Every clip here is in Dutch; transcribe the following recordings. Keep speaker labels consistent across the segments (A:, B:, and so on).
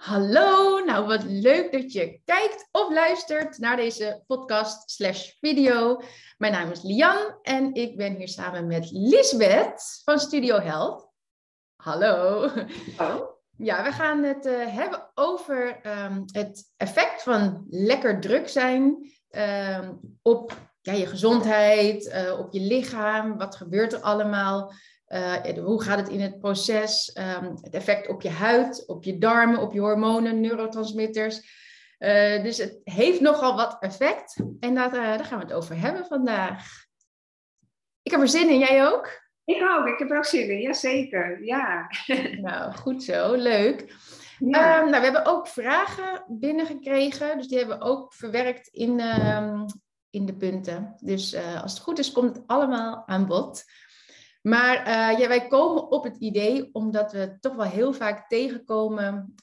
A: Hallo, nou wat leuk dat je kijkt of luistert naar deze podcast/video. Mijn naam is Lian en ik ben hier samen met Lisbeth van Studio Health. Hallo.
B: Hallo.
A: Ja, we gaan het hebben over het effect van lekker druk zijn op je gezondheid, op je lichaam. Wat gebeurt er allemaal? Hoe gaat het in het proces? Het effect op je huid, op je darmen, op je hormonen, neurotransmitters. Dus het heeft nogal wat effect. En daar gaan we het over hebben vandaag. Ik heb er zin in, jij ook?
B: Ik heb er ook zin in, jazeker. Ja.
A: Nou, goed zo, leuk.
B: Ja.
A: We hebben ook vragen binnengekregen, dus die hebben we ook verwerkt in de punten. Dus als het goed is, komt het allemaal aan bod. Maar wij komen op het idee omdat we toch wel heel vaak tegenkomen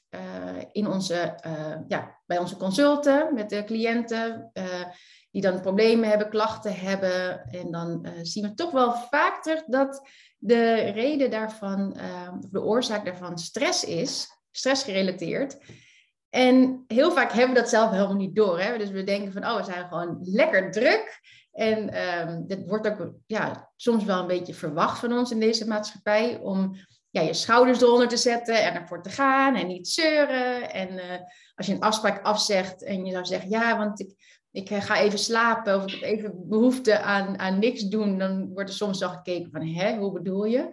A: bij onze consulten met de cliënten die dan problemen hebben, klachten hebben. En dan zien we toch wel vaak terug dat de reden daarvan, de oorzaak daarvan stress is, stressgerelateerd. En heel vaak hebben we dat zelf helemaal niet door. Hè? Dus we denken van, we zijn gewoon lekker druk. En dit wordt ook soms wel een beetje verwacht van ons in deze maatschappij. Om je schouders eronder te zetten en ervoor te gaan en niet zeuren. En als je een afspraak afzegt en je zou zeggen, want ik ga even slapen of ik heb even behoefte aan niks doen. Dan wordt er soms wel gekeken van, hoe bedoel je?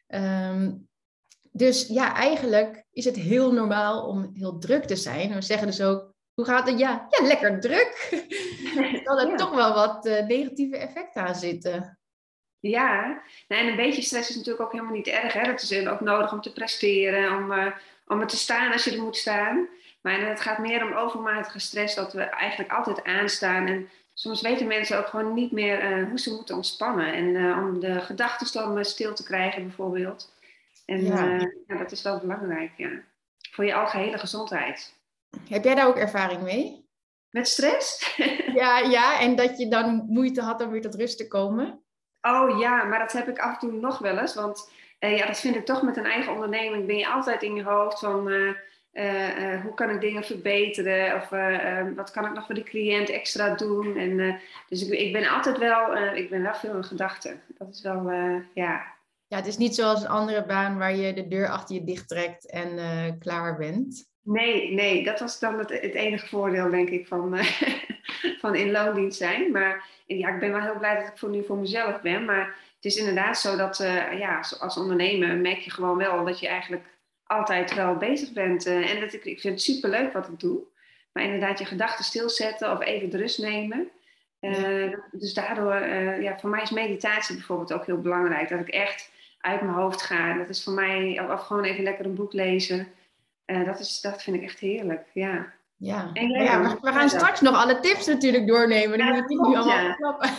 A: Dus eigenlijk is het heel normaal om heel druk te zijn. We zeggen dus ook, hoe gaat het? Ja, lekker druk. Terwijl er toch wel wat negatieve effecten aan zitten.
B: Ja, en een beetje stress is natuurlijk ook helemaal niet erg. Hè? Dat is ook nodig om te presteren, om er te staan als je er moet staan. Maar het gaat meer om overmatige stress, dat we eigenlijk altijd aanstaan. En soms weten mensen ook gewoon niet meer hoe ze moeten ontspannen. En om de gedachtenstroom stil te krijgen bijvoorbeeld. En dat is wel belangrijk, voor je algehele gezondheid.
A: Heb jij daar ook ervaring mee?
B: Met stress?
A: Ja, en dat je dan moeite had om weer tot rust te komen?
B: Oh ja, maar dat heb ik af en toe nog wel eens. Want dat vind ik toch met een eigen onderneming. Ben je altijd in je hoofd van hoe kan ik dingen verbeteren? Of wat kan ik nog voor de cliënt extra doen? En, dus ik ben altijd wel, ik ben wel veel in gedachten. Dat is wel,
A: Ja, het is niet zoals een andere baan waar je de deur achter je dicht trekt en klaar bent.
B: Nee, dat was dan het enige voordeel, denk ik, van in loondienst zijn. Maar ik ben wel heel blij dat ik nu voor mezelf ben. Maar het is inderdaad zo dat als ondernemer merk je gewoon wel dat je eigenlijk altijd wel bezig bent. En ik vind het superleuk wat ik doe. Maar inderdaad je gedachten stilzetten of even de rust nemen. Dus daardoor, voor mij is meditatie bijvoorbeeld ook heel belangrijk. Dat ik echt uit mijn hoofd ga. Dat is voor mij, of gewoon even lekker een boek lezen. Dat vind ik echt heerlijk, ja.
A: Ja, we gaan straks nog alle tips natuurlijk doornemen. Die moet ik nu allemaal verklappen.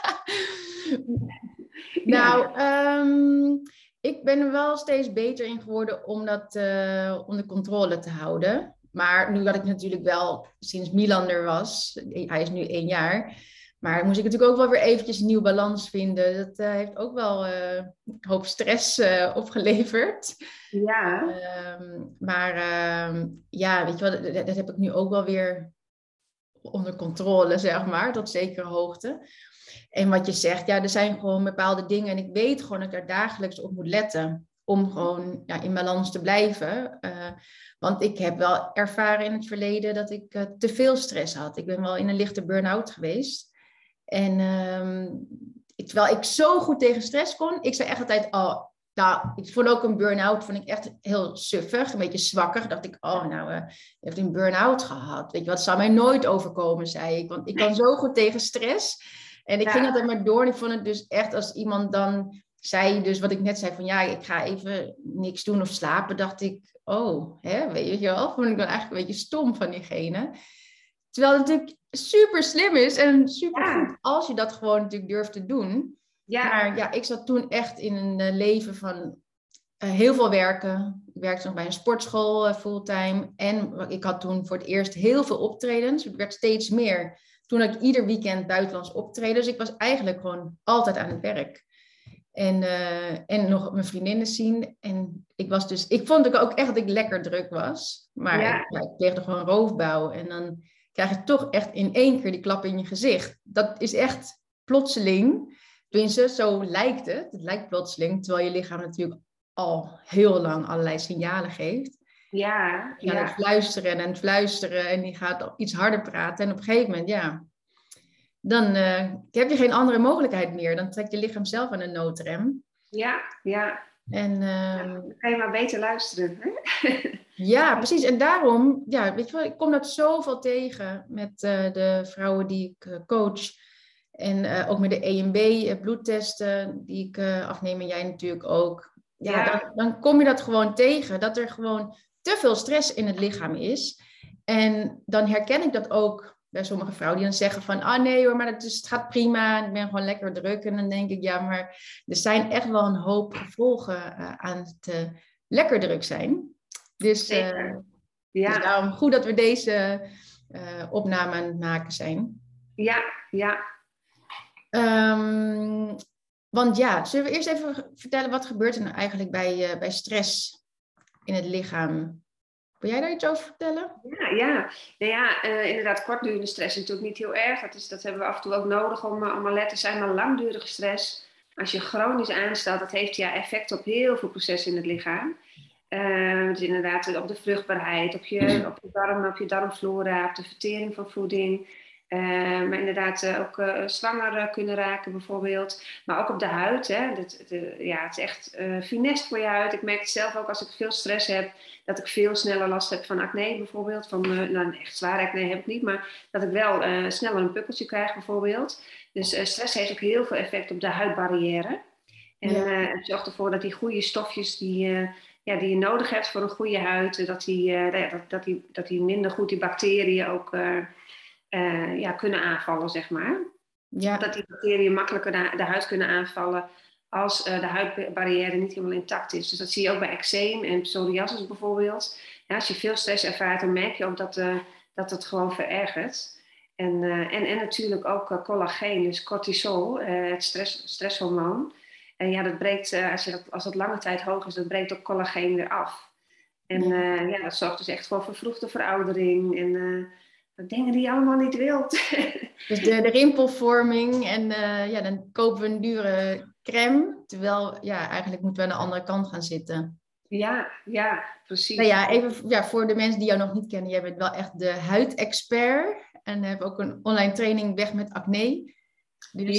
A: Ik ben er wel steeds beter in geworden om dat onder controle te houden. Maar nu dat ik natuurlijk wel sinds Milan er was, hij is nu 1 jaar, maar moest ik natuurlijk ook wel weer eventjes een nieuwe balans vinden. Dat heeft ook wel een hoop stress opgeleverd.
B: Ja.
A: Weet je wel, dat heb ik nu ook wel weer onder controle, zeg maar, tot zekere hoogte. En wat je zegt, er zijn gewoon bepaalde dingen en ik weet gewoon dat ik daar dagelijks op moet letten om gewoon in balans te blijven. Want ik heb wel ervaren in het verleden dat ik te veel stress had. Ik ben wel in een lichte burn-out geweest. En terwijl ik zo goed tegen stress kon, ik zei echt altijd, ik vond ook een burn-out echt heel suffig, een beetje zwakker. Dacht ik, je hebt een burn-out gehad. Weet je, wat zou mij nooit overkomen, zei ik. Want ik kan zo goed tegen stress. En ik ging altijd maar door. En ik vond het dus echt, als iemand dan zei, dus wat ik net zei, van ik ga even niks doen of slapen, dacht ik, weet je wel, vond ik dan eigenlijk een beetje stom van diegene. Terwijl het natuurlijk super slim is en super goed als je dat gewoon natuurlijk durft te doen. Ja. Maar ik zat toen echt in een leven van heel veel werken. Ik werkte nog bij een sportschool fulltime. En ik had toen voor het eerst heel veel optredens. Het werd steeds meer. Toen had ik ieder weekend buitenlands optreden. Dus ik was eigenlijk gewoon altijd aan het werk. En nog mijn vriendinnen zien. En ik vond ook echt dat ik lekker druk was. Maar ik pleegde gewoon roofbouw. En dan krijg je toch echt in één keer die klap in je gezicht. Dat is echt plotseling. Tenminste, zo lijkt het. Het lijkt plotseling. Terwijl je lichaam natuurlijk al heel lang allerlei signalen geeft. Die gaat het fluisteren en fluisteren. En die gaat iets harder praten. En op een gegeven moment, dan heb je geen andere mogelijkheid meer. Dan trekt je lichaam zelf aan een noodrem.
B: Ja.
A: En,
B: dan kan je maar beter luisteren. Hè?
A: Ja, precies. En daarom, weet je wel, ik kom dat zoveel tegen met de vrouwen die ik coach. En ook met de EMB bloedtesten die ik afneem en jij natuurlijk ook. Dan kom je dat gewoon tegen. Dat er gewoon te veel stress in het lichaam is. En dan herken ik dat ook bij sommige vrouwen die dan zeggen van, nee hoor, maar het gaat prima. Ik ben gewoon lekker druk. En dan denk ik, maar er zijn echt wel een hoop gevolgen aan het lekker druk zijn. Dus daarom goed dat we deze opname aan het maken zijn.
B: Ja.
A: Want zullen we eerst even vertellen wat gebeurt er nou eigenlijk bij stress in het lichaam? Wil jij daar iets over vertellen?
B: Inderdaad, kortdurende stress is natuurlijk niet heel erg. Dat hebben we af en toe ook nodig om alert te zijn. Maar langdurige stress, als je chronisch aanstelt, dat heeft effect op heel veel processen in het lichaam. Dus inderdaad op de vruchtbaarheid, op je darmflora, op de vertering van voeding. Maar inderdaad ook zwanger kunnen raken bijvoorbeeld. Maar ook op de huid. Hè. Het is echt funest voor je huid. Ik merk het zelf ook als ik veel stress heb. Dat ik veel sneller last heb van acne bijvoorbeeld. Echt zware acne heb ik niet. Maar dat ik wel sneller een pukkeltje krijg bijvoorbeeld. Dus stress heeft ook heel veel effect op de huidbarrière. En het zorgt ervoor dat die goede stofjes die je nodig hebt voor een goede huid. Dat die minder goed die bacteriën ook kunnen aanvallen, zeg maar. Ja. Dat die bacteriën makkelijker de huid kunnen aanvallen als de huidbarrière niet helemaal intact is. Dus dat zie je ook bij eczeem en psoriasis bijvoorbeeld. Ja, als je veel stress ervaart, dan merk je ook dat het gewoon verergert. En natuurlijk ook collageen, dus cortisol, het stresshormoon. En dat breekt, als dat lange tijd hoog is, dat breekt ook collageen weer af. En dat zorgt dus echt voor vervroegde veroudering en dingen die je allemaal niet wilt.
A: Dus de rimpelvorming en dan kopen we een dure crème. Terwijl eigenlijk moeten we aan de andere kant gaan zitten.
B: Ja, precies.
A: Even voor de mensen die jou nog niet kennen. Jij bent wel echt de huidexpert. En heb ook een online training Weg met Acne. Dus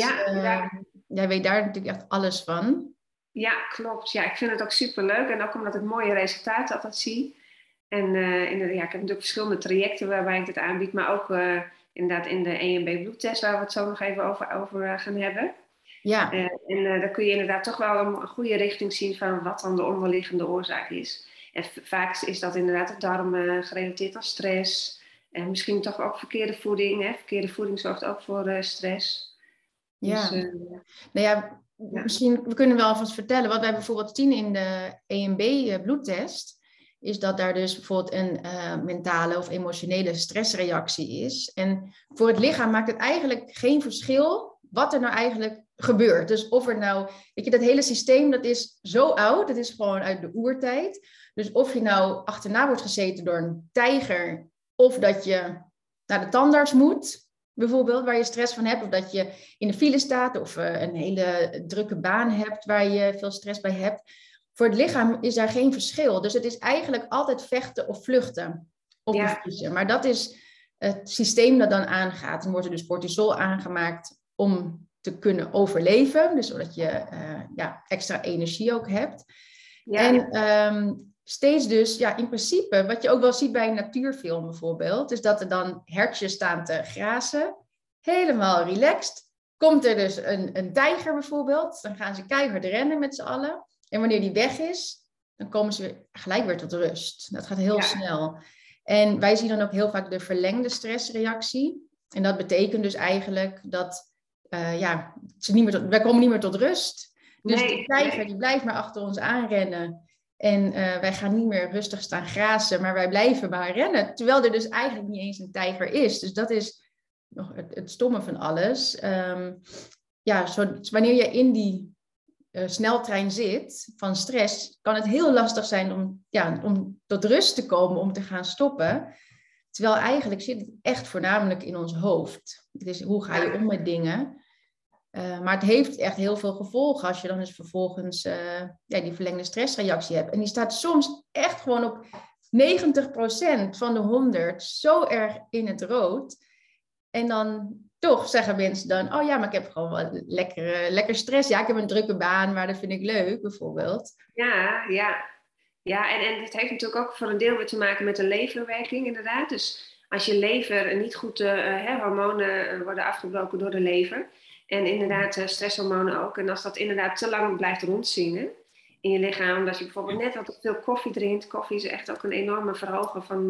A: jij weet daar natuurlijk echt alles van. Ja,
B: klopt. Ja, ik vind het ook superleuk. En ook omdat ik mooie resultaten altijd zie. En ik heb natuurlijk verschillende trajecten waarbij ik dit aanbied. Maar ook inderdaad in de EMB bloedtest, waar we het zo nog even over gaan hebben. Ja. Dan kun je inderdaad toch wel een goede richting zien van wat dan de onderliggende oorzaak is. En vaak is dat inderdaad de darmen gerelateerd aan stress. En misschien toch ook verkeerde voeding. Hè? Verkeerde voeding zorgt ook voor stress.
A: Ja. Dus, misschien we kunnen wel alvast vertellen. Wat wij bijvoorbeeld zien in de EMB bloedtest, is dat daar dus bijvoorbeeld een mentale of emotionele stressreactie is. En voor het lichaam maakt het eigenlijk geen verschil wat er nou eigenlijk gebeurt. Dus of er nou, weet je, dat hele systeem dat is zo oud, dat is gewoon uit de oertijd. Dus of je nou achterna wordt gezeten door een tijger, of dat je naar de tandarts moet, bijvoorbeeld, waar je stress van hebt, of dat je in de file staat, of een hele drukke baan hebt waar je veel stress bij hebt. Voor het lichaam is daar geen verschil. Dus het is eigenlijk altijd vechten of vluchten. Of bevriezen. Maar dat is het systeem dat dan aangaat. Dan wordt er dus cortisol aangemaakt om te kunnen overleven. Dus zodat je extra energie ook hebt. Ja. En steeds dus, in principe, wat je ook wel ziet bij een natuurfilm bijvoorbeeld, is dat er dan hertjes staan te grazen. Helemaal relaxed. Komt er dus een tijger bijvoorbeeld. Dan gaan ze keihard rennen met z'n allen. En wanneer die weg is, dan komen ze gelijk weer tot rust. Dat gaat heel snel. En wij zien dan ook heel vaak de verlengde stressreactie. En dat betekent dus eigenlijk dat wij komen niet meer tot rust. Dus de tijger die blijft maar achter ons aanrennen. En wij gaan niet meer rustig staan grazen, maar wij blijven maar rennen. Terwijl er dus eigenlijk niet eens een tijger is. Dus dat is nog het stomme van alles. Wanneer je in die sneltrein zit van stress, kan het heel lastig zijn om tot rust te komen, om te gaan stoppen. Terwijl eigenlijk zit het echt voornamelijk in ons hoofd. Dus hoe ga je om met dingen? Maar het heeft echt heel veel gevolgen als je dan dus vervolgens die verlengde stressreactie hebt. En die staat soms echt gewoon op 90% van de 100 zo erg in het rood. En dan toch zeggen mensen dan, oh ja, maar ik heb gewoon wel lekker stress. Ja, ik heb een drukke baan, maar dat vind ik leuk, bijvoorbeeld.
B: Ja, ja. Ja, en het heeft natuurlijk ook voor een deel weer te maken met de leverwerking, inderdaad. Dus als je lever niet goed, hormonen worden afgebroken door de lever. En inderdaad, stresshormonen ook. En als dat inderdaad te lang blijft rondzingen in je lichaam, omdat je bijvoorbeeld net wat te veel koffie drinkt. Koffie is echt ook een enorme verhoger van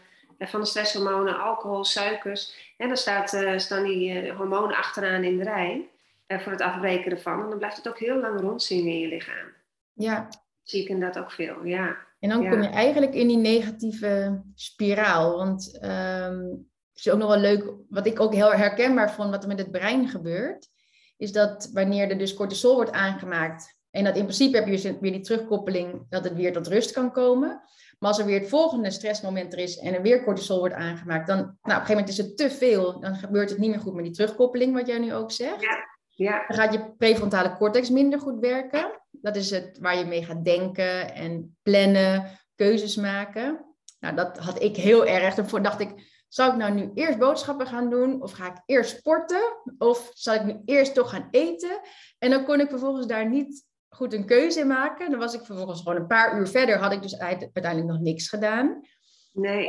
B: de stresshormonen, alcohol, suikers. En dan staan die hormonen achteraan in de rij voor het afbreken ervan. En dan blijft het ook heel lang rondzingen in je lichaam.
A: Ja.
B: Zie ik inderdaad ook veel, ja.
A: En dan kom je eigenlijk in die negatieve spiraal. Want het is ook nog wel leuk, wat ik ook heel herkenbaar vond, wat er met het brein gebeurt, is dat wanneer er dus cortisol wordt aangemaakt, en dat in principe heb je dus weer die terugkoppeling dat het weer tot rust kan komen. Maar als er weer het volgende stressmoment er is en er weer cortisol wordt aangemaakt, dan op een gegeven moment is het te veel. Dan gebeurt het niet meer goed met die terugkoppeling, wat jij nu ook zegt.
B: Ja.
A: Dan gaat je prefrontale cortex minder goed werken. Dat is het waar je mee gaat denken en plannen, keuzes maken. Nou, dat had ik heel erg. Daarvoor dacht ik, zal ik nou nu eerst boodschappen gaan doen? Of ga ik eerst sporten? Of zal ik nu eerst toch gaan eten? En dan kon ik vervolgens daar niet goed een keuze in maken. Dan was ik vervolgens gewoon een paar uur verder. Had ik dus uiteindelijk nog niks gedaan.
B: Nee.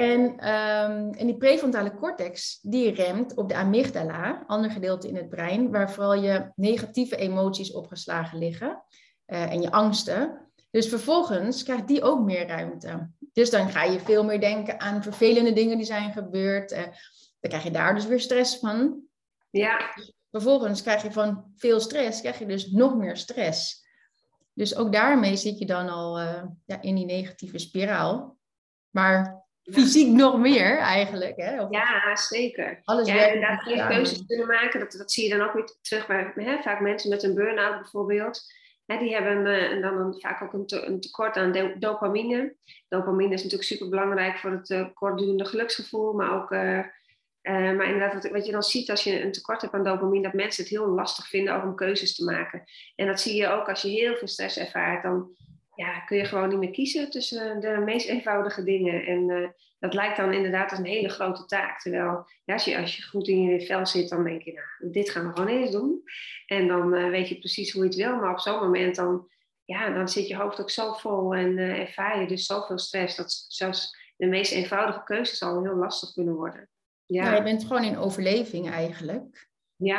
A: En die prefrontale cortex, die remt op de amygdala, ander gedeelte in het brein, waar vooral je negatieve emoties opgeslagen liggen en je angsten. Dus vervolgens krijgt die ook meer ruimte. Dus dan ga je veel meer denken aan vervelende dingen die zijn gebeurd. Dan krijg je daar dus weer stress van.
B: Ja.
A: Vervolgens krijg je van veel stress, krijg je dus nog meer stress. Dus ook daarmee zit je dan al in die negatieve spiraal. Maar fysiek nog meer eigenlijk. Hè?
B: Ja, zeker.
A: Alles
B: inderdaad, geen keuzes kunnen maken. Dat zie je dan ook weer terug bij vaak mensen met een burn-out bijvoorbeeld. Die hebben dan vaak ook een tekort aan dopamine. Dopamine is natuurlijk super belangrijk voor het kortdurende geluksgevoel. Maar ook, maar inderdaad, wat je dan ziet als je een tekort hebt aan dopamine, dat mensen het heel lastig vinden ook om keuzes te maken. En dat zie je ook als je heel veel stress ervaart. Dan kun je gewoon niet meer kiezen tussen de meest eenvoudige dingen. En dat lijkt dan inderdaad als een hele grote taak. Terwijl als je goed in je vel zit, dan denk je, nou, dit gaan we gewoon eens doen. En dan weet je precies hoe je het wil. Maar op zo'n moment dan zit je hoofd ook zo vol en ervaar je dus zoveel stress. Dat zelfs de meest eenvoudige keuzes al heel lastig kunnen worden.
A: Ja, je bent gewoon in overleving eigenlijk.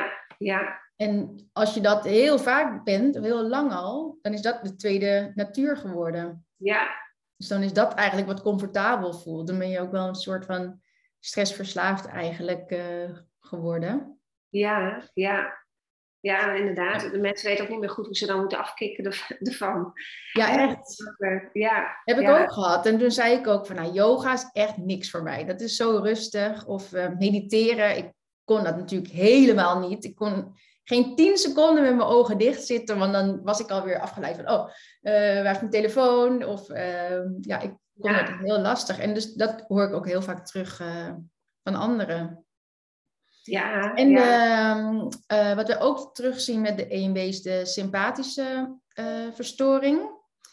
B: Ja.
A: En als je dat heel vaak bent, of heel lang al, dan is dat de tweede natuur geworden.
B: Ja.
A: Dus dan is dat eigenlijk wat comfortabel voelt. Dan ben je ook wel een soort van stressverslaafd eigenlijk geworden.
B: Ja, inderdaad. De mensen weten ook niet meer goed hoe ze dan moeten afkicken ervan.
A: Ja, echt.
B: Ja.
A: Heb ik ook gehad. En toen zei ik ook van, nou, yoga is echt niks voor mij. Dat is zo rustig. Of mediteren. Ik kon dat natuurlijk helemaal niet. Ik kon geen 10 seconden met mijn ogen dicht zitten. Want dan was ik alweer afgeleid van, waar is mijn telefoon? Of ik kon het heel lastig. En dus dat hoor ik ook heel vaak terug van anderen.
B: Ja.
A: En wat we ook terugzien met de EMB is de sympathische verstoring.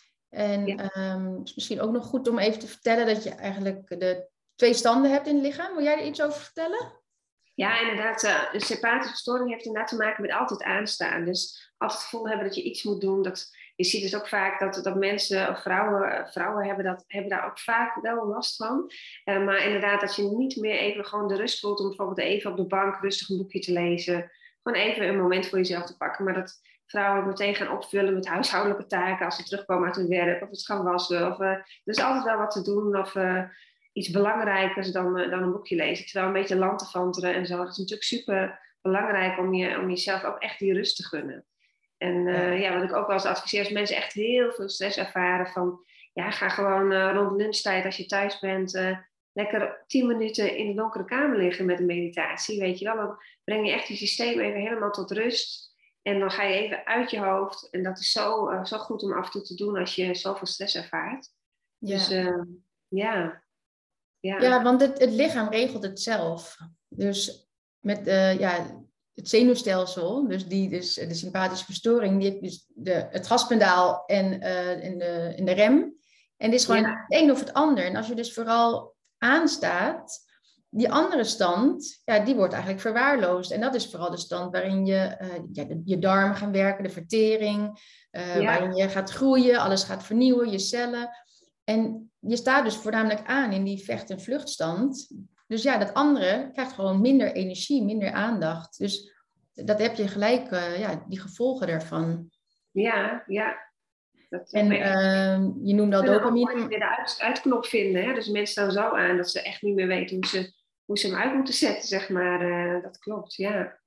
A: En misschien ook nog goed om even te vertellen dat je eigenlijk de 2 standen hebt in het lichaam. Wil jij er iets over vertellen?
B: Ja, inderdaad. Een sympathische verstoring heeft inderdaad te maken met altijd aanstaan. Dus altijd het gevoel hebben dat je iets moet doen. Je ziet dus ook vaak dat mensen of vrouwen hebben daar ook vaak wel last van. Maar inderdaad, dat je niet meer even gewoon de rust voelt om bijvoorbeeld even op de bank rustig een boekje te lezen. Gewoon even een moment voor jezelf te pakken. Maar dat vrouwen meteen gaan opvullen met huishoudelijke taken als ze terugkomen uit hun werk. Of het gaan wassen. Of er is altijd wel wat te doen. Of iets belangrijkers dan een boekje lezen. Terwijl een beetje lantefanteren en zo. Dat is natuurlijk super belangrijk om jezelf ook echt die rust te gunnen. En wat ik ook wel eens adviseer, als mensen echt heel veel stress ervaren van, ga gewoon rond lunchtijd als je thuis bent, lekker 10 minuten in de donkere kamer liggen met een meditatie, weet je wel. Dan breng je echt je systeem even helemaal tot rust. En dan ga je even uit je hoofd. En dat is zo goed om af en toe te doen als je zoveel stress ervaart. Dus ja.
A: Ja, want het lichaam regelt het zelf. Dus met het zenuwstelsel, dus de sympathische verstoring, die heeft dus het gaspedaal en in de rem. En dit is gewoon het een of het ander. En als je dus vooral aanstaat, die andere stand, die wordt eigenlijk verwaarloosd. En dat is vooral de stand waarin je darmen gaan werken, de vertering, waarin je gaat groeien, alles gaat vernieuwen, je cellen. En je staat dus voornamelijk aan in die vecht- en vluchtstand. Dus dat andere krijgt gewoon minder energie, minder aandacht. Dus dat heb je gelijk, die gevolgen daarvan.
B: Ja.
A: En je noemt al dopamine.
B: Weer de uitknop vinden. Hè? Dus mensen staan zo aan dat ze echt niet meer weten hoe ze hem uit moeten zetten, zeg maar. Dat klopt, ja.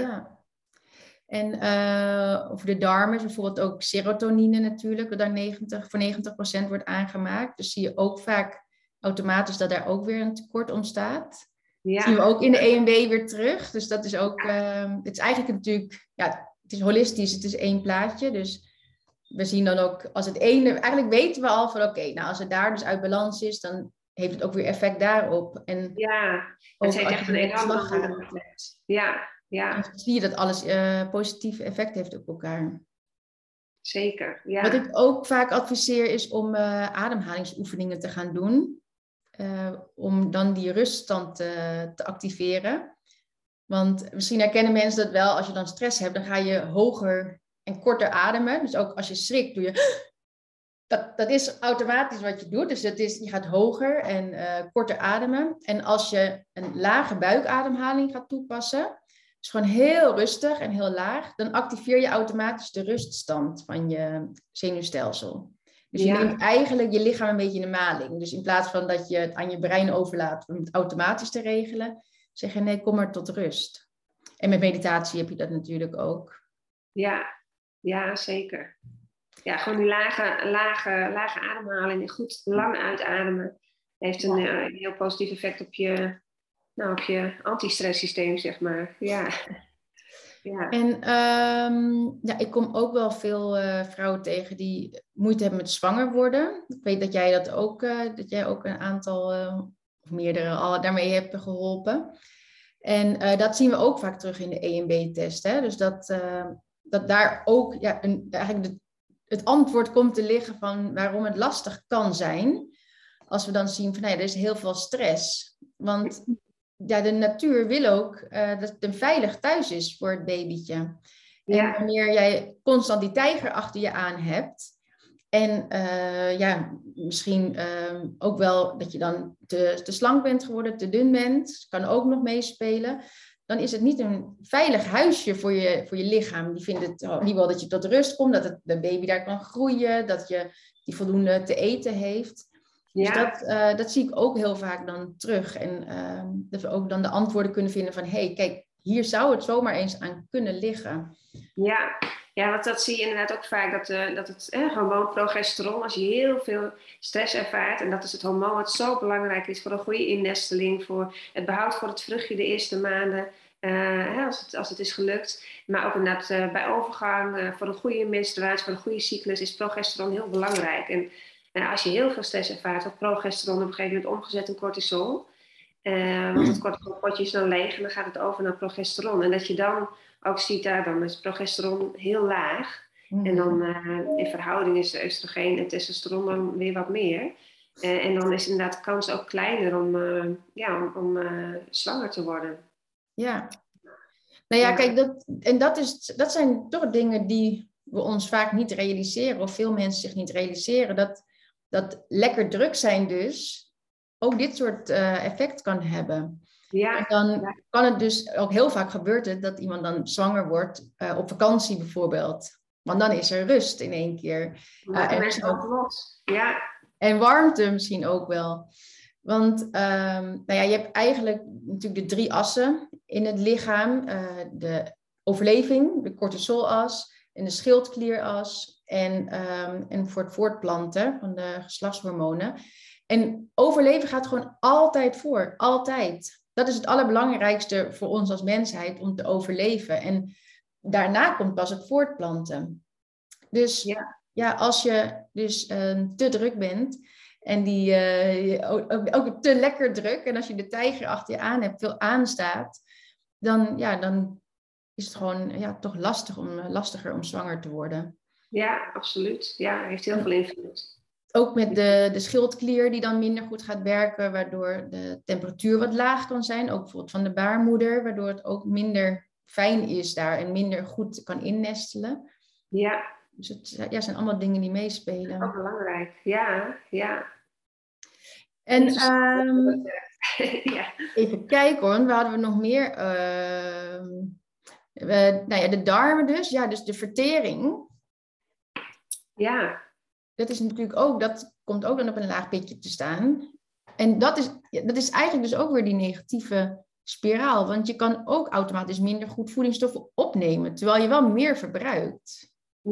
A: En over de darmen is bijvoorbeeld ook serotonine natuurlijk, dat daar voor 90% wordt aangemaakt. Dus zie je ook vaak automatisch dat daar ook weer een tekort ontstaat. Dat zien we ook in de EMB weer terug. Dus dat is ook, het is eigenlijk natuurlijk, het is holistisch, het is één plaatje. Dus we zien dan ook, als het ene, eigenlijk weten we al van oké, als het daar dus uit balans is, dan heeft het ook weer effect daarop. En
B: het heeft echt een enorme effect. Ja.
A: Dan zie je dat alles positieve effect heeft op elkaar.
B: Zeker, ja.
A: Wat ik ook vaak adviseer is om ademhalingsoefeningen te gaan doen. Om dan die ruststand te activeren. Want misschien herkennen mensen dat wel. Als je dan stress hebt, dan ga je hoger en korter ademen. Dus ook als je schrikt, doe je... Dat is automatisch wat je doet. Dus je gaat hoger en korter ademen. En als je een lage buikademhaling gaat toepassen... Dus gewoon heel rustig en heel laag. Dan activeer je automatisch de ruststand van je zenuwstelsel. Dus je neemt eigenlijk je lichaam een beetje in de maling. Dus in plaats van dat je het aan je brein overlaat om het automatisch te regelen, zeg je nee, kom maar tot rust. En met meditatie heb je dat natuurlijk ook.
B: Ja, zeker. Ja, gewoon die lage ademhaling en goed lang uitademen heeft een heel positief effect op je anti-stresssysteem, zeg maar. Ja.
A: En ik kom ook wel veel vrouwen tegen die moeite hebben met zwanger worden. Ik weet dat jij dat jij ook een aantal of meerdere al daarmee hebt geholpen. En dat zien we ook vaak terug in de EMB-test. Dus dat daar ook eigenlijk het antwoord komt te liggen van waarom het lastig kan zijn. Als we dan zien van er is heel veel stress. Want de natuur wil ook dat het een veilig thuis is voor het babytje. En wanneer jij constant die tijger achter je aan hebt. En misschien ook wel dat je dan te slank bent geworden, te dun bent. Kan ook nog meespelen. Dan is het niet een veilig huisje voor je lichaam. Die vindt het niet wel dat je tot rust komt. Dat de baby daar kan groeien. Dat je die voldoende te eten heeft. Dus dat zie ik ook heel vaak dan terug. En dat we ook dan de antwoorden kunnen vinden van... kijk, hier zou het zomaar eens aan kunnen liggen.
B: Ja, want dat zie je inderdaad ook vaak. Dat het hormoon progesteron, als je heel veel stress ervaart... en dat is het hormoon wat zo belangrijk is voor een goede innesteling... voor het behoud voor het vruchtje de eerste maanden... als het is gelukt. Maar ook inderdaad bij overgang, voor een goede menstruatie... voor een goede cyclus is progesteron heel belangrijk... En als je heel veel stress ervaart, wordt progesteron op een gegeven moment omgezet in cortisol. Want het cortisolpotje is dan leeg en dan gaat het over naar progesteron. En dat je dan ook ziet, dan is progesteron heel laag. En dan in verhouding is de oestrogeen en testosteron dan weer wat meer. En dan is inderdaad de kans ook kleiner om zwanger te worden.
A: Ja. Nou ja, kijk, dat zijn toch dingen die we ons vaak niet realiseren. Of veel mensen zich niet realiseren. Dat lekker druk zijn dus ook dit soort effect kan hebben. En dan kan het dus ook heel vaak gebeuren dat iemand dan zwanger wordt op vakantie bijvoorbeeld. Want dan is er rust in één keer. En warmte misschien ook wel. Want je hebt eigenlijk natuurlijk de 3 assen in het lichaam. De overleving, de cortisolas en de schildklieras. En voor het voortplanten van de geslachtshormonen. En overleven gaat gewoon altijd voor. Altijd. Dat is het allerbelangrijkste voor ons als mensheid om te overleven. En daarna komt pas het voortplanten. Dus ja, als je dus te druk bent en die ook te lekker druk, en als je de tijger achter je aan hebt, veel aanstaat, dan is het gewoon toch lastiger om zwanger te worden.
B: Ja, absoluut. Ja, heeft heel veel invloed.
A: Ook met de schildklier die dan minder goed gaat werken, waardoor de temperatuur wat laag kan zijn. Ook bijvoorbeeld van de baarmoeder, waardoor het ook minder fijn is daar en minder goed kan innestelen.
B: Ja.
A: Dus het zijn allemaal dingen die meespelen.
B: Ook belangrijk, ja.
A: En
B: ja.
A: Even kijken hoor, waar hadden we nog meer? De darmen dus. Ja, dus de vertering.
B: Ja.
A: Dat is natuurlijk ook, dat komt ook dan op een laag pitje te staan. En dat is eigenlijk dus ook weer die negatieve spiraal. Want je kan ook automatisch minder goed voedingsstoffen opnemen, terwijl je wel meer verbruikt.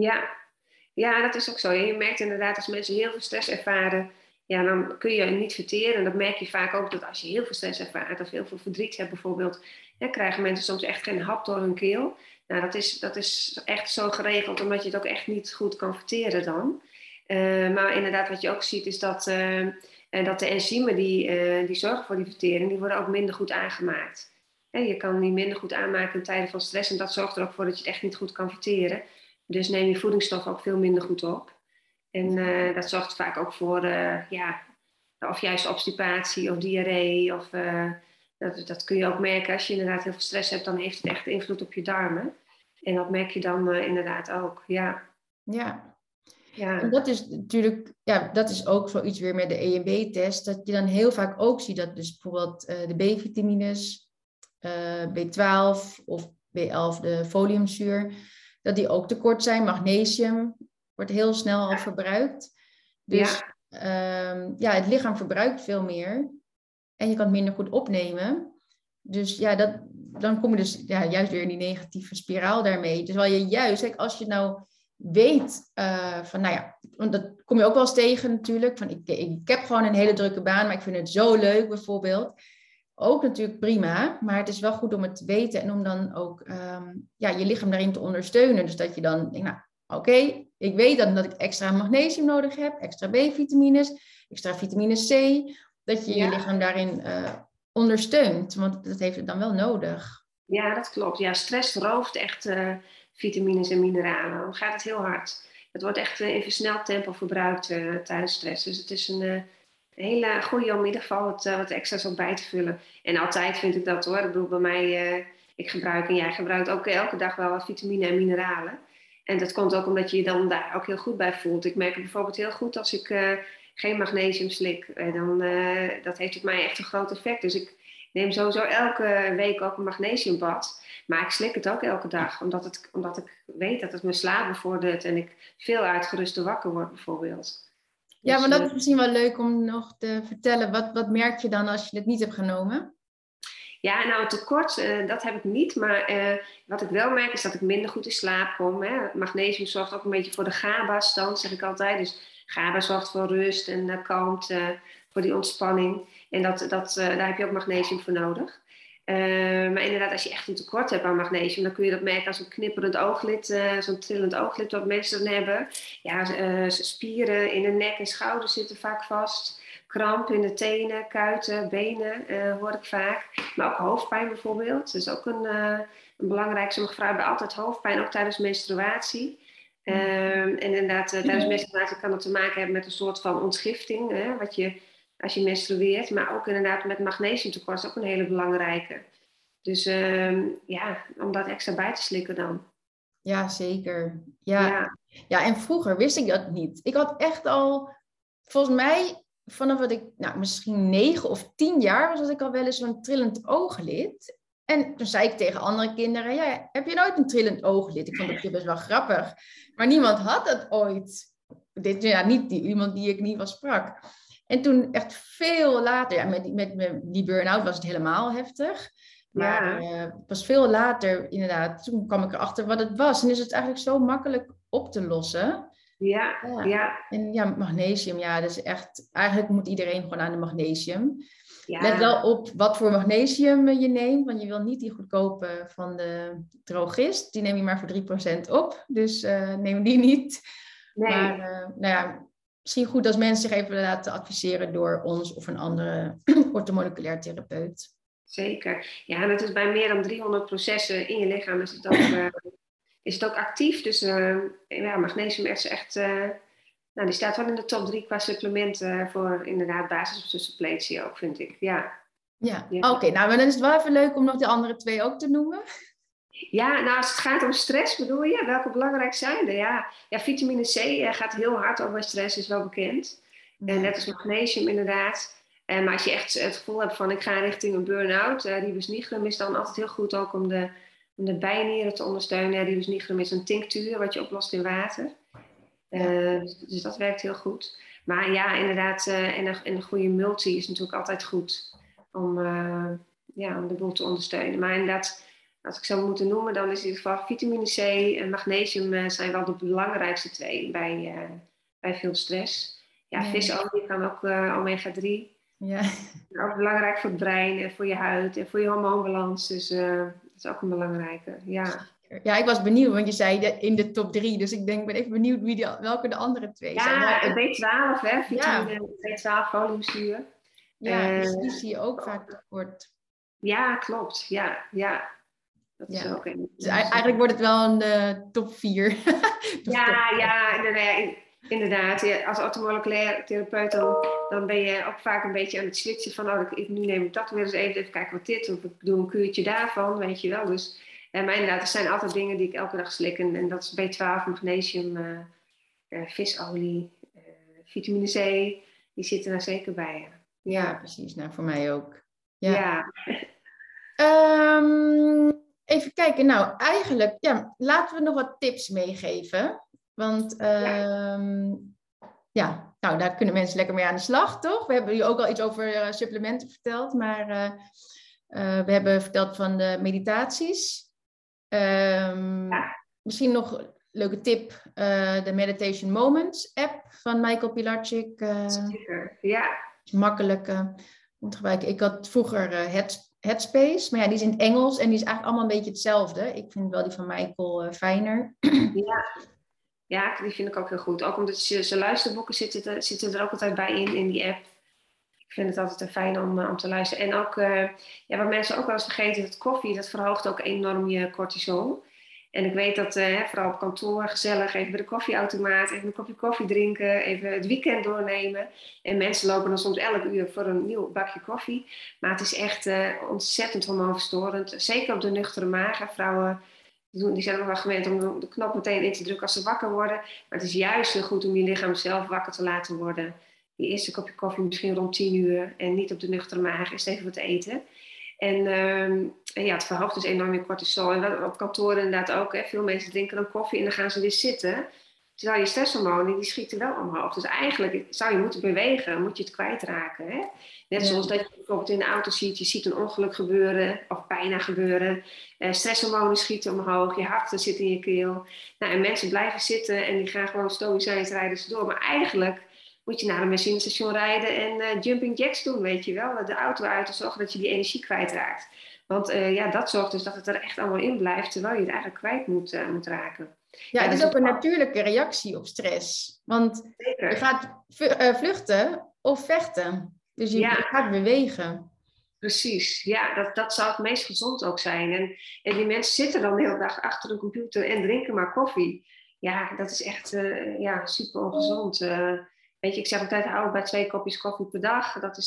B: Ja, dat is ook zo. Je merkt inderdaad als mensen heel veel stress ervaren, ja, dan kun je niet verteren. En dat merk je vaak ook, dat als je heel veel stress ervaart of heel veel verdriet hebt bijvoorbeeld, dan krijgen mensen soms echt geen hap door hun keel. Nou, dat is echt zo geregeld, omdat je het ook echt niet goed kan verteren dan. Maar inderdaad, wat je ook ziet, is dat de enzymen die zorgen voor die vertering, die worden ook minder goed aangemaakt. Je kan die minder goed aanmaken in tijden van stress. En dat zorgt er ook voor dat je het echt niet goed kan verteren. Dus neem je voedingsstoffen ook veel minder goed op. En dat zorgt vaak ook voor, of juist obstipatie of diarree. Of, dat kun je ook merken als je inderdaad heel veel stress hebt. Dan heeft het echt invloed op je darmen. En dat merk je dan inderdaad ook, ja.
A: En dat is natuurlijk, dat is ook zoiets weer met de EMB-test. Dat je dan heel vaak ook ziet dat dus bijvoorbeeld de B-vitamines, B12 of B11, de foliumzuur, dat die ook tekort zijn. Magnesium wordt heel snel al verbruikt. Dus het lichaam verbruikt veel meer. En je kan het minder goed opnemen. Dus dan kom je dus juist weer in die negatieve spiraal daarmee. Terwijl je juist, kijk, als je nou weet want dat kom je ook wel eens tegen natuurlijk. Van ik heb gewoon een hele drukke baan, maar ik vind het zo leuk bijvoorbeeld. Ook natuurlijk prima, maar het is wel goed om het te weten en om dan ook je lichaam daarin te ondersteunen. Dus dat je dan denkt, oké, ik weet dan dat ik extra magnesium nodig heb, extra B-vitamines, extra vitamine C. Dat je je lichaam daarin ondersteunt, want dat heeft het dan wel nodig.
B: Ja, dat klopt. Ja, stress rooft echt vitamines en mineralen. Dan gaat het heel hard. Het wordt echt in versneld tempo verbruikt tijdens stress. Dus het is een hele goede om in ieder geval wat extra's op bij te vullen. En altijd vind ik dat hoor. Ik bedoel, bij mij, ik gebruik en jij gebruikt ook elke dag wel wat vitamine en mineralen. En dat komt ook omdat je je dan daar ook heel goed bij voelt. Ik merk het bijvoorbeeld heel goed als ik geen magnesium slik. Dat heeft op mij echt een groot effect. Dus ik neem sowieso elke week ook een magnesiumbad. Maar ik slik het ook elke dag. Omdat ik weet dat het mijn slaap bevordert. En ik veel uitgeruster wakker word bijvoorbeeld.
A: Ja, maar dat is misschien wel leuk om nog te vertellen. Wat merk je dan als je het niet hebt genomen?
B: Ja, nou een tekort, dat heb ik niet. Maar wat ik wel merk is dat ik minder goed in slaap kom. Hè. Magnesium zorgt ook een beetje voor de GABA-stand, zeg ik altijd. Dus GABA zorgt voor rust en kalmte, voor die ontspanning. En daar heb je ook magnesium voor nodig. Maar inderdaad, als je echt een tekort hebt aan magnesium, dan kun je dat merken als een knipperend ooglid, zo'n trillend ooglid wat mensen dan hebben. Ja, spieren in de nek en schouders zitten vaak vast. Kramp in de tenen, kuiten, benen hoor ik vaak. Maar ook hoofdpijn bijvoorbeeld. Dat is ook een belangrijk. Sommige vrouwen hebben altijd hoofdpijn, ook tijdens menstruatie. En inderdaad, tijdens menstruatie kan het te maken hebben met een soort van ontgifting. Als je menstrueert. Maar ook inderdaad met magnesiumtekort is ook een hele belangrijke. Dus om dat extra bij te slikken dan.
A: Ja, zeker. Ja, en vroeger wist ik dat niet. Ik had echt al, volgens mij, vanaf dat ik misschien 9 of 10 jaar was, had ik al wel eens zo'n trillend ooglid. En toen zei ik tegen andere kinderen, ja, heb je nooit een trillend ooglid? Ik vond dat best wel grappig. Maar niemand had dat ooit. Niet iemand die ik niet was sprak. En toen echt veel later, met die burn-out was het helemaal heftig. Maar pas veel later, inderdaad, toen kwam ik erachter wat het was. En is het eigenlijk zo makkelijk op te lossen.
B: Ja.
A: En magnesium, dat is echt... Eigenlijk moet iedereen gewoon aan de magnesium. Let wel op wat voor magnesium je neemt, want je wil niet die goedkope van de drogist. Die neem je maar voor 3% op, dus neem die niet.
B: Nee.
A: Maar nou ja, misschien goed als mensen zich even laten adviseren door ons of een andere orthomoleculair therapeut.
B: Zeker. Ja, en het is bij meer dan 300 processen in je lichaam is het ook actief. Dus magnesium is echt... die staat wel in de top 3 qua supplementen voor inderdaad basis of suppletie ook, vind ik. Ja.
A: Oké. Nou, maar dan is het wel even leuk om nog de andere 2 ook te noemen.
B: Ja, nou als het gaat om stress bedoel je, welke belangrijk zijn er? Ja, vitamine C gaat heel hard over stress, is wel bekend. Net als magnesium inderdaad. Maar als je echt het gevoel hebt van ik ga richting een burn-out, ribus nigrum is dan altijd heel goed ook om de bijnieren te ondersteunen. Ribus nigrum is een tinctuur wat je oplost in water. Dus dat werkt heel goed. Maar ja, inderdaad, en een goede multi is natuurlijk altijd goed om de boel te ondersteunen. Maar inderdaad, als ik zou moeten noemen, dan is in ieder geval vitamine C en magnesium zijn wel de belangrijkste 2 bij veel stress. Ja, visolie kan ook omega-3.
A: Ja.
B: Ook belangrijk voor het brein en voor je huid en voor je hormoonbalans. Dus dat is ook een belangrijke.
A: Ja, ik was benieuwd, want je zei in de top 3. Dus ik ben even benieuwd welke de andere 2 zijn.
B: Ja, B12, hè, vitamine B12, foliumzuur.
A: Ja, dus die zie je ook vaak tekort.
B: Ja, klopt. Ja. Dat is ook een.
A: Dus eigenlijk wordt het wel een top 4.
B: Inderdaad. Ja, als orthomoleculair therapeut dan ben je ook vaak een beetje aan het switchen van nu neem ik dat weer eens even kijken wat dit, of ik doe een kuurtje daarvan, weet je wel. Dus, maar inderdaad, er zijn altijd dingen die ik elke dag slik en dat is B12, magnesium, visolie, vitamine C, die zitten daar zeker bij.
A: Ja, precies. Nou, voor mij ook.
B: Ja.
A: Even kijken. Nou, eigenlijk, laten we nog wat tips meegeven. Want nou, daar kunnen mensen lekker mee aan de slag, toch? We hebben jullie ook al iets over supplementen verteld, maar we hebben verteld van de meditaties. Misschien nog een leuke tip, de Meditation Moments app van Michael Pilarczyk.
B: Zeker, ja.
A: Is makkelijk om te gebruiken. Ik had vroeger Headspace, maar ja, die is in het Engels en die is eigenlijk allemaal een beetje hetzelfde. Ik vind wel die van Michael fijner.
B: Ja, die vind ik ook heel goed. Ook omdat zijn luisterboeken zitten er ook altijd bij in die app. Ik vind het altijd fijn om te luisteren. En ook, wat mensen ook wel eens vergeten, dat koffie, dat verhoogt ook enorm je cortisol. En ik weet dat vooral op kantoor gezellig even bij de koffieautomaat, even een kopje koffie drinken, even het weekend doornemen. En mensen lopen dan soms elk uur voor een nieuw bakje koffie. Maar het is echt ontzettend hormoonverstorend. Zeker op de nuchtere maag. Vrouwen die zijn ook wel gewend om de knop meteen in te drukken als ze wakker worden. Maar het is juist heel goed om je lichaam zelf wakker te laten worden. Die eerste kopje koffie misschien rond 10 uur en niet op de nuchtere maag, eerst even wat eten. En het verhoogt dus enorm je cortisol. En op kantoor inderdaad ook. Hè. Veel mensen drinken dan koffie en dan gaan ze weer zitten. Terwijl je stresshormonen, die schieten wel omhoog. Dus eigenlijk zou je moeten bewegen, moet je het kwijtraken. Hè? Net zoals dat je bijvoorbeeld in de auto ziet, je ziet een ongeluk gebeuren, of bijna gebeuren. Stresshormonen schieten omhoog, je hart zit in je keel. Nou, en mensen blijven zitten en die gaan gewoon stoïcijns rijden ze door. Maar eigenlijk moet je naar een benzinestation rijden en jumping jacks doen, weet je wel. De auto uit en zorgen dat je die energie kwijtraakt. Want dat zorgt dus dat het er echt allemaal in blijft, terwijl je het eigenlijk kwijt moet raken.
A: Ja, het is ook een natuurlijke reactie op stress. Want je gaat vluchten of vechten. Dus je gaat bewegen.
B: Precies, ja, dat zou het meest gezond ook zijn. En die mensen zitten dan de hele dag achter een computer en drinken maar koffie. Ja, dat is echt super ongezond. Weet je, ik zeg altijd, hou bij 2 kopjes koffie per dag. Dat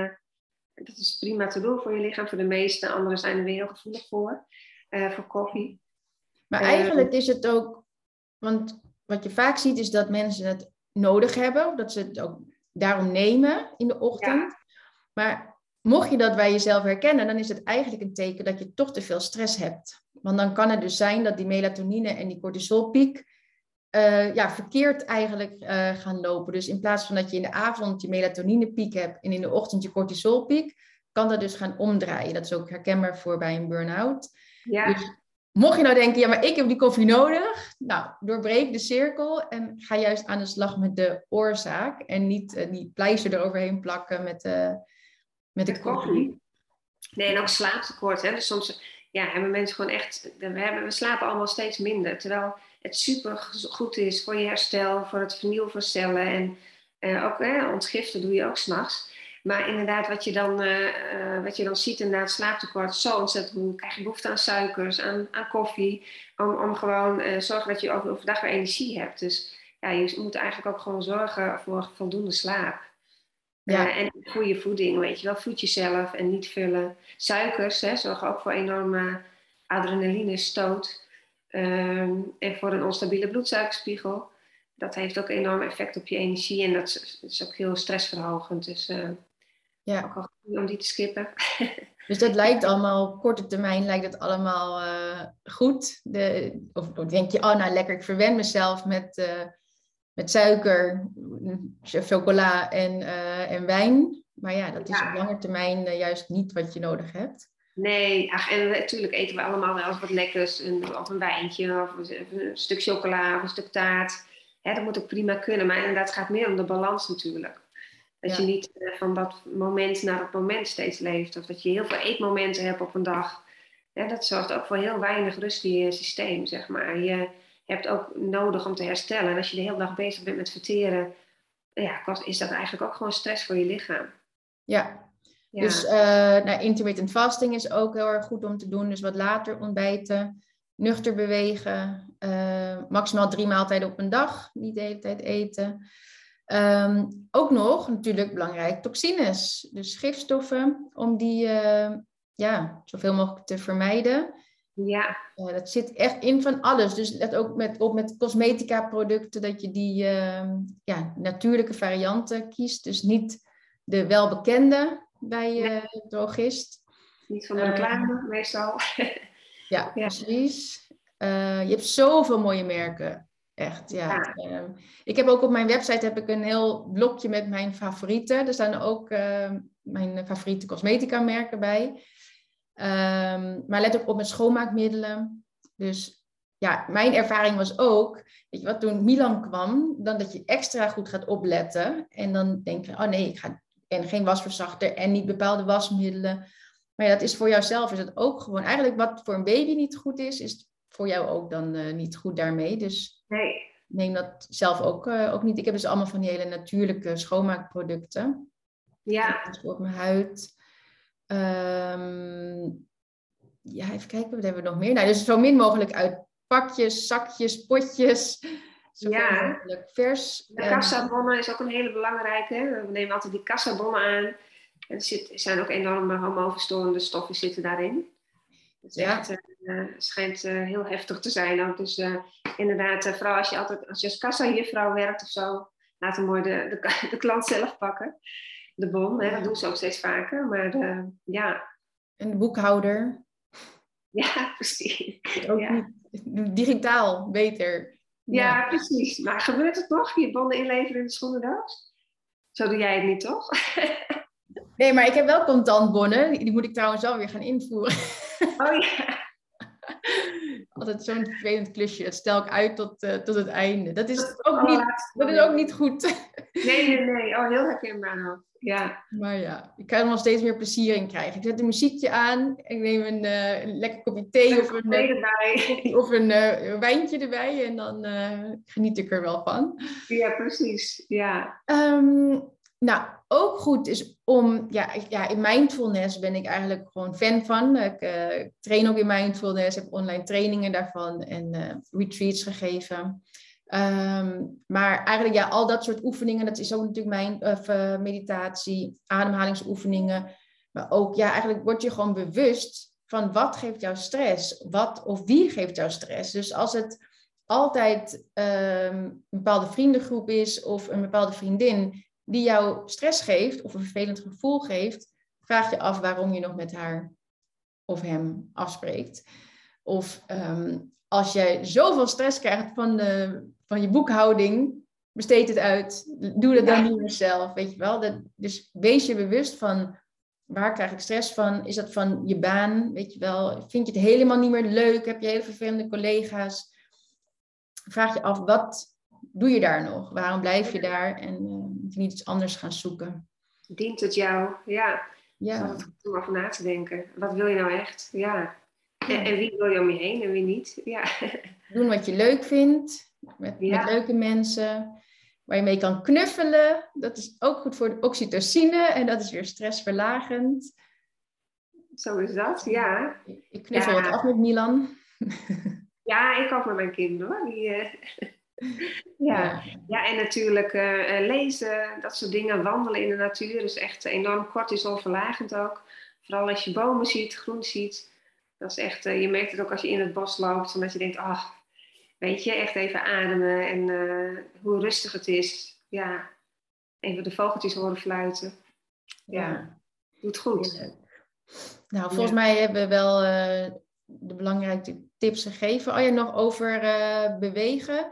B: is prima te doen voor je lichaam. Voor de meeste anderen zijn er weer heel gevoelig voor koffie.
A: Maar eigenlijk is het ook, want wat je vaak ziet is dat mensen het nodig hebben. Dat ze het ook daarom nemen in de ochtend. Ja. Maar mocht je dat bij jezelf herkennen, dan is het eigenlijk een teken dat je toch te veel stress hebt. Want dan kan het dus zijn dat die melatonine en die cortisolpiek verkeerd eigenlijk gaan lopen. Dus in plaats van dat je in de avond je melatoninepiek hebt en in de ochtend je cortisolpiek, kan dat dus gaan omdraaien. Dat is ook herkenbaar voor bij een burn-out.
B: Ja.
A: Dus mocht je nou denken, maar ik heb die koffie nodig. Nou, doorbreek de cirkel en ga juist aan de slag met de oorzaak. En niet die pleister eroverheen plakken met de
B: Met
A: koffie.
B: Nee, en ook slaaptekort. Hè? Dus soms hebben mensen gewoon echt... We slapen allemaal steeds minder. Terwijl het super goed is voor je herstel, voor het vernieuwen van cellen. En ook ontgiften doe je ook 's nachts. Maar inderdaad, wat je dan ziet inderdaad, slaaptekort, zo ontzettend moe. Krijg je behoefte aan suikers, aan koffie. Om gewoon zorgen dat je overdag weer energie hebt. Dus ja, je moet eigenlijk ook gewoon zorgen voor voldoende slaap.
A: Ja,
B: En goede voeding, weet je wel. Voed jezelf en niet vullen. Suikers zorgen ook voor enorme adrenaline stoot. En voor een onstabiele bloedsuikerspiegel. Dat heeft ook enorm effect op je energie. En dat is ook heel stressverhogend. Dus ook
A: ja.
B: wel goed om die te skippen.
A: Dus dat lijkt allemaal, op korte termijn lijkt het allemaal goed. Of denk je, oh nou lekker, ik verwen mezelf met suiker, chocola en wijn. Maar ja, dat is op lange termijn juist niet wat je nodig hebt.
B: Nee, en natuurlijk eten we allemaal wel eens wat lekkers. Of een wijntje, of een stuk chocola, of een stuk taart. Dat moet ook prima kunnen. Maar inderdaad, het gaat meer om de balans natuurlijk. Dat je niet van dat moment naar dat moment steeds leeft. Of dat je heel veel eetmomenten hebt op een dag. Dat zorgt ook voor heel weinig rust in je systeem, zeg maar. Je hebt ook nodig om te herstellen. En als je de hele dag bezig bent met verteren, is dat eigenlijk ook gewoon stress voor je lichaam.
A: Ja. Dus intermittent fasting is ook heel erg goed om te doen. Dus wat later ontbijten, nuchter bewegen, maximaal 3 maaltijden op een dag, niet de hele tijd eten. Ook nog natuurlijk belangrijk toxines, dus gifstoffen, om die zoveel mogelijk te vermijden.
B: Ja.
A: Dat zit echt in van alles. Dus dat ook met cosmetica producten, dat je die natuurlijke varianten kiest. Dus niet de welbekende bij je drogist.
B: Niet van de reclame, meestal.
A: Ja, precies. Je hebt zoveel mooie merken. Echt, ja. Ik heb ook op mijn website een heel blokje met mijn favorieten. Er staan ook mijn favoriete cosmetica merken bij. Maar let ook op met schoonmaakmiddelen. Dus ja, mijn ervaring was ook, weet je wat, toen Milan kwam, dan dat je extra goed gaat opletten. En dan denk je, oh nee, ik ga en geen wasverzachter en niet bepaalde wasmiddelen. Maar ja, dat is voor jouzelf is het ook gewoon, eigenlijk wat voor een baby niet goed is voor jou ook dan niet goed daarmee. Dus neem dat zelf ook niet. Ik heb dus allemaal van die hele natuurlijke schoonmaakproducten.
B: Ja.
A: Op mijn huid. Even kijken, wat hebben we nog meer? Nou, dus zo min mogelijk uit pakjes, zakjes, potjes. Zoveel mogelijk vers.
B: De kassabonnen is ook een hele belangrijke. We nemen altijd die kassabonnen aan. En er zijn ook enorme hormoonverstorende stoffen zitten daarin. Het schijnt heel heftig te zijn ook. Dus inderdaad, vooral als je als kassajuffrouw werkt of zo, laat hem mooi de klant zelf pakken. De bon, dat doen ze ook steeds vaker. Maar
A: En de boekhouder.
B: Ja, precies.
A: Ook niet digitaal, beter.
B: Ja, precies. Maar gebeurt het nog? Je bonnen inleveren in de schoenendoos? Zo doe jij het niet, toch?
A: Nee, maar ik heb wel contantbonnen. Die moet ik trouwens wel weer gaan invoeren.
B: Oh ja.
A: Altijd zo'n vervelend klusje. Dat stel ik uit tot het einde. Dat is ook niet goed.
B: Nee. Oh, heel herkenbaar nog. Ja.
A: Maar ja, ik kan er nog steeds meer plezier in krijgen. Ik zet een muziekje aan. Ik neem een lekker kopje thee of een wijntje erbij. En dan geniet ik er wel van.
B: Ja, precies. Ja.
A: Nou, ook goed is om... in mindfulness ben ik eigenlijk gewoon fan van. Ik train ook in mindfulness. Heb online trainingen daarvan. En retreats gegeven. Maar eigenlijk al dat soort oefeningen, dat is ook natuurlijk mijn meditatie, ademhalingsoefeningen. Maar ook eigenlijk word je gewoon bewust van wat geeft jou stress, wat of wie geeft jou stress. Dus als het altijd een bepaalde vriendengroep is of een bepaalde vriendin die jou stress geeft of een vervelend gevoel geeft, vraag je af waarom je nog met haar of hem afspreekt. Of als jij zoveel stress krijgt van je boekhouding, besteed het uit. Doe dat dan niet meer zelf, weet je wel. Dus wees je bewust van, waar krijg ik stress van? Is dat van je baan, weet je wel? Vind je het helemaal niet meer leuk? Heb je hele vervelende collega's? Vraag je af, wat doe je daar nog? Waarom blijf je daar? En moet je niet iets anders gaan zoeken?
B: Dient het jou? Ja.
A: Ja.
B: Dat is altijd goed om over na te denken. Wat wil je nou echt? Ja.
A: Ja.
B: En wie wil je om je heen en wie niet? Ja.
A: Doen wat je leuk vindt, met leuke mensen, waar je mee kan knuffelen. Dat is ook goed voor de oxytocine en dat is weer stressverlagend.
B: Zo is dat, ja.
A: Ik knuffel wat af met Milan.
B: Ja, ik ook met mijn kinderen hoor. Ja, en natuurlijk lezen, dat soort dingen. Wandelen in de natuur is echt enorm cortisolverlagend ook. Vooral als je bomen ziet, groen ziet. Dat is echt, je merkt het ook als je in het bos loopt. Omdat je denkt, weet je, echt even ademen. En hoe rustig het is. Ja, even de vogeltjes horen fluiten. Ja, doet goed.
A: Nou, volgens mij hebben we wel de belangrijke tips gegeven. Oh ja, nog over bewegen.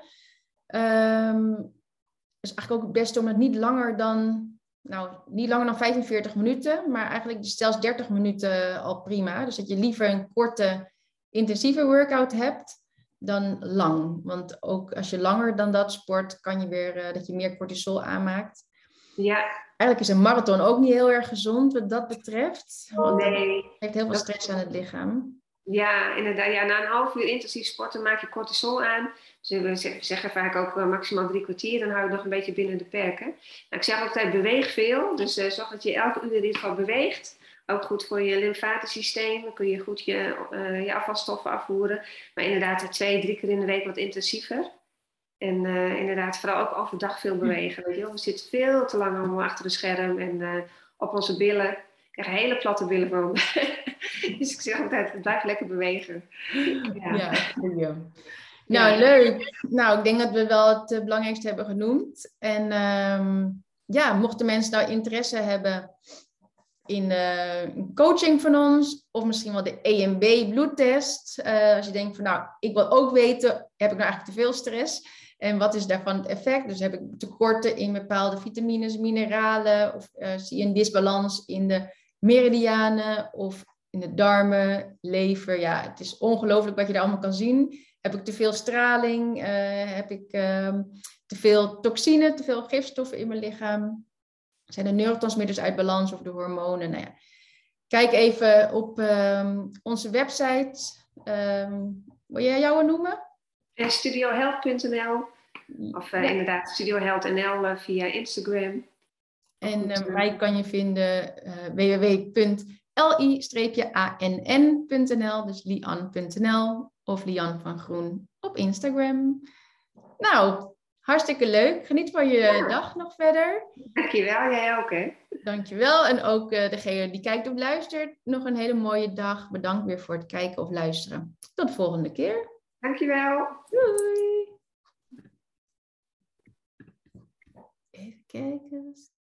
A: Het is eigenlijk ook het beste om het niet langer dan 45 minuten, maar eigenlijk zelfs 30 minuten al prima. Dus dat je liever een korte, intensieve workout hebt dan lang. Want ook als je langer dan dat sport, kan je weer dat je meer cortisol aanmaakt.
B: Ja.
A: Eigenlijk is een marathon ook niet heel erg gezond wat dat betreft. Want het heeft heel veel stress aan het lichaam.
B: Ja, inderdaad. Ja, na een half uur intensief sporten maak je cortisol aan. Dus we zeggen vaak ook maximaal 3 kwartier. Dan hou je nog een beetje binnen de perken. Nou, ik zeg altijd beweeg veel. Dus zorg dat je elke uur in ieder geval beweegt. Ook goed voor je lymfatisch systeem. Dan kun je goed je afvalstoffen afvoeren. Maar inderdaad 2, 3 keer in de week wat intensiever. En inderdaad vooral ook overdag veel bewegen. Weet je wel? We zitten veel te lang allemaal achter een scherm. En op onze billen. Ik krijg hele platte billen van. Dus ik zeg altijd, blijf lekker bewegen.
A: Ja, goeie. Nou, leuk. Nou, ik denk dat we wel het belangrijkste hebben genoemd. En mochten mensen nou interesse hebben in coaching van ons, of misschien wel de EMB bloedtest. Als je denkt van, nou, ik wil ook weten, heb ik nou eigenlijk te veel stress? En wat is daarvan het effect? Dus heb ik tekorten in bepaalde vitamines, mineralen, of zie je een disbalans in de meridianen, of in de darmen, lever. Ja, het is ongelooflijk wat je daar allemaal kan zien. Heb ik te veel straling? Heb ik te veel toxine, te veel gifstoffen in mijn lichaam? Zijn de neurotransmitters uit balans of de hormonen? Nou ja. Kijk even op onze website. Wil jij jouwe noemen?
B: Studiohealth.nl of inderdaad Studiohealth.nl via Instagram.
A: En mij kan je vinden www.li-ann.nl, dus lian.nl of Lian van Groen op Instagram. Nou, hartstikke leuk. Geniet van je dag nog verder.
B: Dankjewel, jij ook hè.
A: Dankjewel. En ook degene die kijkt of luistert, nog een hele mooie dag. Bedankt weer voor het kijken of luisteren. Tot de volgende keer.
B: Dankjewel.
A: Doei. Even kijken.